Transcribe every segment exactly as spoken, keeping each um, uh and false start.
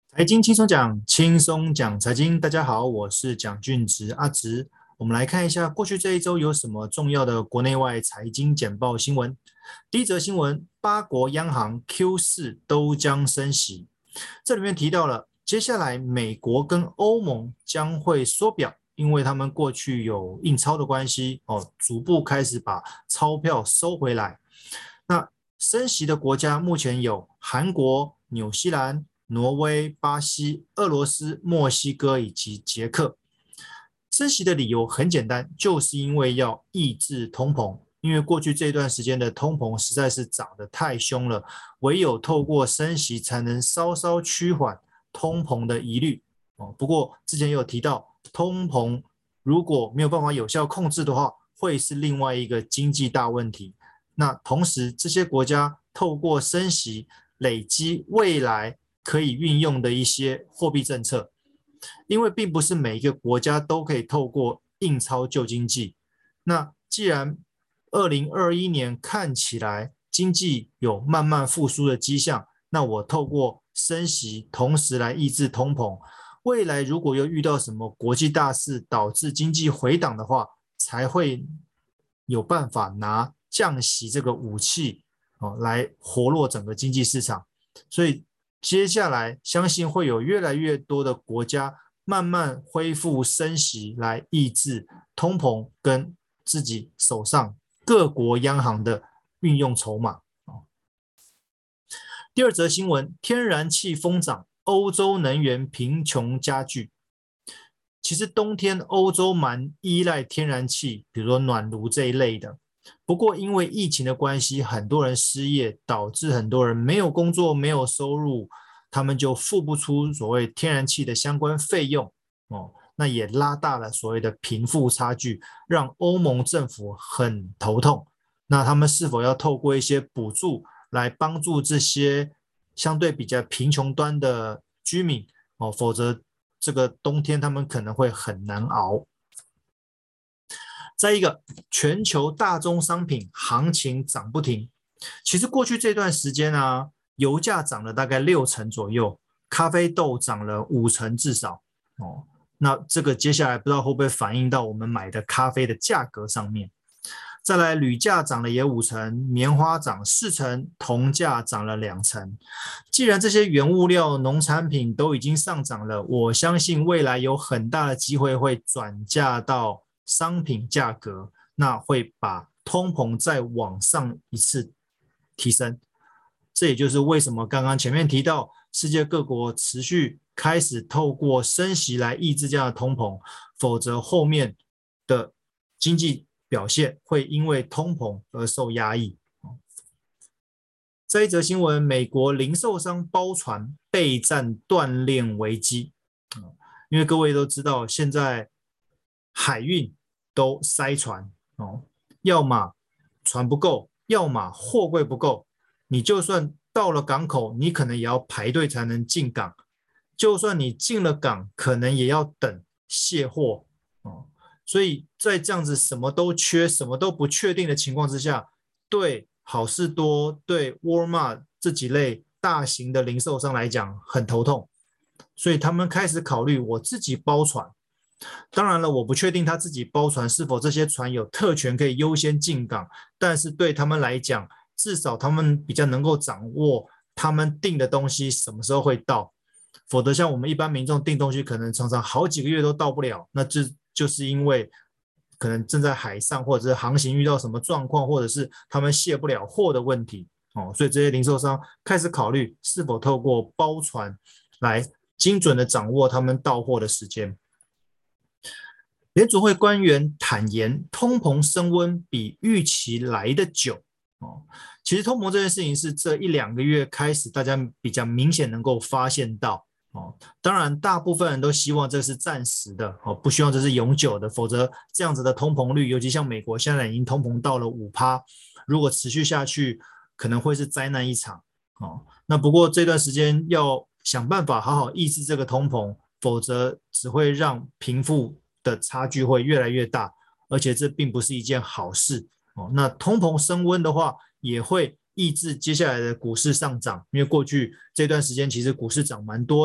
财经轻松讲，轻松讲财经。大家好，我是蒋俊植阿植。我们来看一下过去这一周有什么重要的国内外财经简报新闻。第一则新闻，八国央行 Q 四 都将升息。这里面提到了，接下来美国跟欧盟将会缩表，因为他们过去有印钞的关系，哦，逐步开始把钞票收回来。那升息的国家目前有韩国、纽西兰、挪威、巴西、俄罗斯、墨西哥以及捷克。升息的理由很简单，就是因为要抑制通膨，因为过去这段时间的通膨实在是涨得太凶了，唯有透过升息才能稍稍趋缓通膨的疑虑。不过之前有提到，通膨如果没有办法有效控制的话，会是另外一个经济大问题。那同时，这些国家透过升息累积未来可以运用的一些货币政策，因为并不是每一个国家都可以透过印钞救经济。那既然二零二一年看起来经济有慢慢复苏的迹象，那我透过升息同时来抑制通膨，未来如果又遇到什么国际大事导致经济回档的话，才会有办法拿降息这个武器、哦、来活络整个经济市场。所以接下来相信会有越来越多的国家慢慢恢复升息来抑制通膨跟自己手上各国央行的运用筹码。第二则新闻，天然气疯涨，欧洲能源贫穷加剧。其实冬天欧洲蛮依赖天然气，比如说暖炉这一类的。不过因为疫情的关系，很多人失业，导致很多人没有工作，没有收入，他们就付不出所谓天然气的相关费用。哦，那也拉大了所谓的贫富差距，让欧盟政府很头痛。那他们是否要透过一些补助来帮助这些相对比较贫穷端的居民？哦，否则这个冬天他们可能会很难熬。再一个，全球大宗商品行情涨不停。其实过去这段时间啊，油价涨了大概六成左右，咖啡豆涨了五成至少。哦，那这个接下来不知道会不会反映到我们买的咖啡的价格上面。再来，铝价涨了也五成，棉花涨四成，铜价涨了两成。既然这些原物料、农产品都已经上涨了，我相信未来有很大的机会会转嫁到商品价格，那会把通膨再往上一次提升。这也就是为什么刚刚前面提到，世界各国持续开始透过升息来抑制这样的通膨，否则后面的经济表现会因为通膨而受压抑。这一则新闻，美国零售商包船备战断链危机。因为各位都知道，现在海运都塞船，哦，要么船不够，要么货柜不够。你就算到了港口，你可能也要排队才能进港。就算你进了港，可能也要等卸货。哦，所以在这样子什么都缺、什么都不确定的情况之下，对好事多、对沃尔玛这几类大型的零售商来讲很头痛，所以他们开始考虑我自己包船。当然了，我不确定他自己包船是否这些船有特权可以优先进港，但是对他们来讲，至少他们比较能够掌握他们订的东西什么时候会到。否则像我们一般民众订东西可能常常好几个月都到不了，那这就是因为可能正在海上或者是航行遇到什么状况，或者是他们卸不了货的问题。哦，所以这些零售商开始考虑是否透过包船来精准的掌握他们到货的时间。联储会官员坦言，通膨升温比预期来得久。哦，其实通膨这件事情是这一两个月开始大家比较明显能够发现到。哦，当然大部分人都希望这是暂时的，哦，不希望这是永久的，否则这样子的通膨率，尤其像美国现在已经通膨到了 百分之五， 如果持续下去可能会是灾难一场。哦，那不过这段时间要想办法好好抑制这个通膨，否则只会让贫富的差距会越来越大，而且这并不是一件好事。哦，那通膨升温的话，也会抑制接下来的股市上涨，因为过去这段时间其实股市涨蛮多的。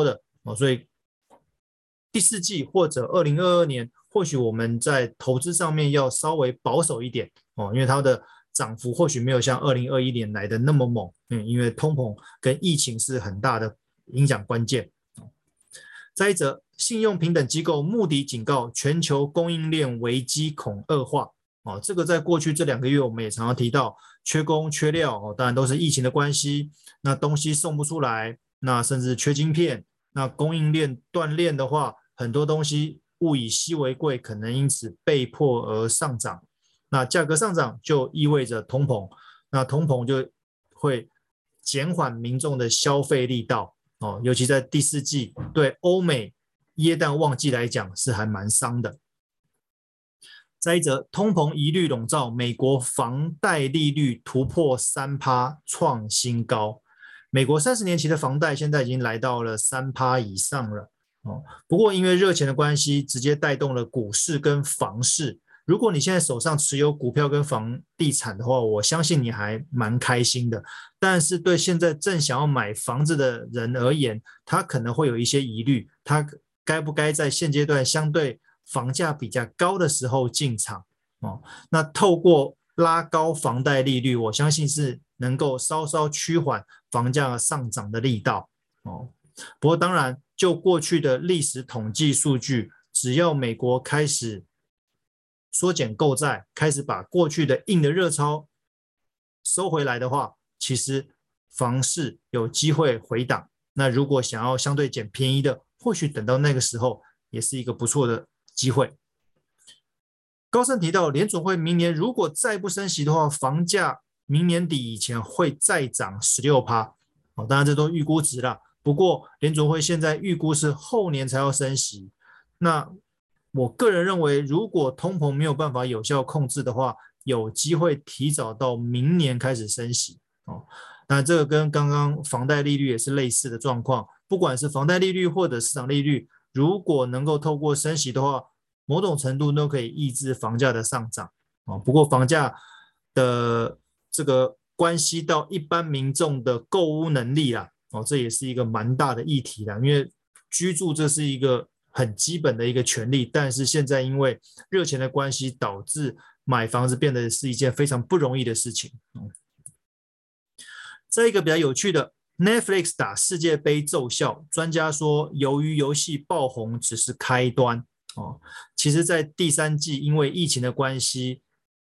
哦，所以第四季或者二零二二年，或许我们在投资上面要稍微保守一点哦，因为它的涨幅或许没有像二零二一年来的那么猛，嗯，因为通膨跟疫情是很大的影响关键。再一则，信用平等机构穆迪警告，全球供应链危机恐恶化。哦，这个在过去这两个月我们也常常提到，缺工缺料哦，当然都是疫情的关系，那东西送不出来，那甚至缺晶片，那供应链断裂的话，很多东西物以稀为贵，可能因此被迫而上涨。那价格上涨就意味着通膨，那通膨就会减缓民众的消费力道哦，尤其在第四季，对欧美耶诞旺季来讲是还蛮伤的。再一则，通膨疑虑笼罩，美国房贷利率突破 百分之三 创新高。美国三十年期的房贷现在已经来到了 百分之三 以上了。哦，不过因为热钱的关系，直接带动了股市跟房市。如果你现在手上持有股票跟房地产的话，我相信你还蛮开心的。但是对现在正想要买房子的人而言，他可能会有一些疑虑，他该不该在现阶段相对房价比较高的时候进场哦？那透过拉高房贷利率，我相信是能够稍稍趋缓房价上涨的力道哦。不过当然，就过去的历史统计数据，只要美国开始缩减购债，开始把过去的硬的热钞收回来的话，其实房市有机会回档。那如果想要相对捡便宜的，或许等到那个时候也是一个不错的机会。高盛提到，联准会明年如果再不升息的话，房价明年底以前会再涨 百分之十六。哦，当然这都预估值啦。不过联准会现在预估是后年才要升息。那我个人认为，如果通膨没有办法有效控制的话，有机会提早到明年开始升息。哦，那这个跟刚刚房贷利率也是类似的状况。不管是房贷利率或者市场利率，如果能够透过升息的话，某种程度都可以抑制房价的上涨。哦，不过房价的这个关系到一般民众的购屋能力啦，哦，这也是一个蛮大的议题啦。因为居住这是一个很基本的一个权利，但是现在因为热钱的关系，导致买房子变得是一件非常不容易的事情。嗯，这一个比较有趣的 Netflix 打世界杯奏效，专家说由于游戏爆红只是开端。哦，其实在第三季因为疫情的关系，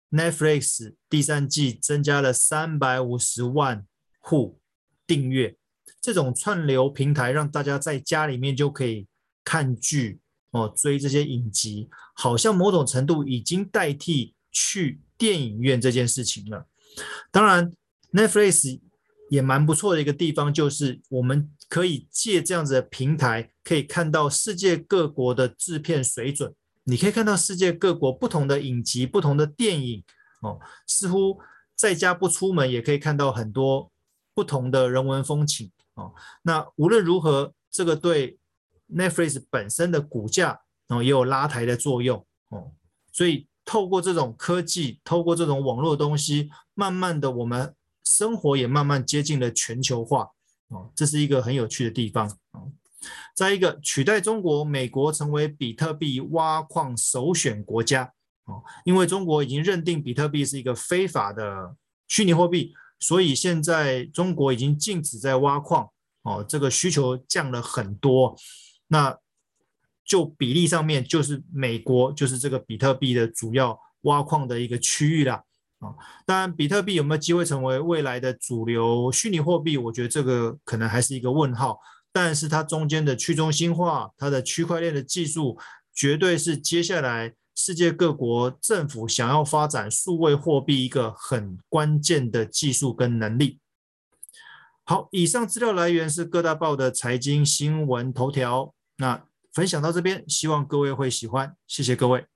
Netflix 第三季增加了三百五十万户订阅，这种串流平台让大家在家里面就可以看剧哦，追这些影集，好像某种程度已经代替去电影院这件事情了。当然 Netflix 也蛮不错的一个地方，就是我们可以借这样子的平台，可以看到世界各国的制片水准，你可以看到世界各国不同的影集、不同的电影哦，似乎在家不出门也可以看到很多不同的人文风情哦。那无论如何，这个对 Netflix 本身的股价哦也有拉抬的作用哦，所以透过这种科技，透过这种网络的东西，慢慢的我们生活也慢慢接近了全球化哦，这是一个很有趣的地方哦。再一个，取代中国，美国成为比特币挖矿首选国家哦，因为中国已经认定比特币是一个非法的虚拟货币，所以现在中国已经禁止在挖矿哦，这个需求降了很多。那就比例上面，就是美国就是这个比特币的主要挖矿的一个区域啦。啊，当然，比特币有没有机会成为未来的主流虚拟货币？我觉得这个可能还是一个问号。但是它中间的去中心化，它的区块链的技术，绝对是接下来世界各国政府想要发展数位货币一个很关键的技术跟能力。好，以上资料来源是各大报的财经新闻头条。那分享到这边，希望各位会喜欢，谢谢各位。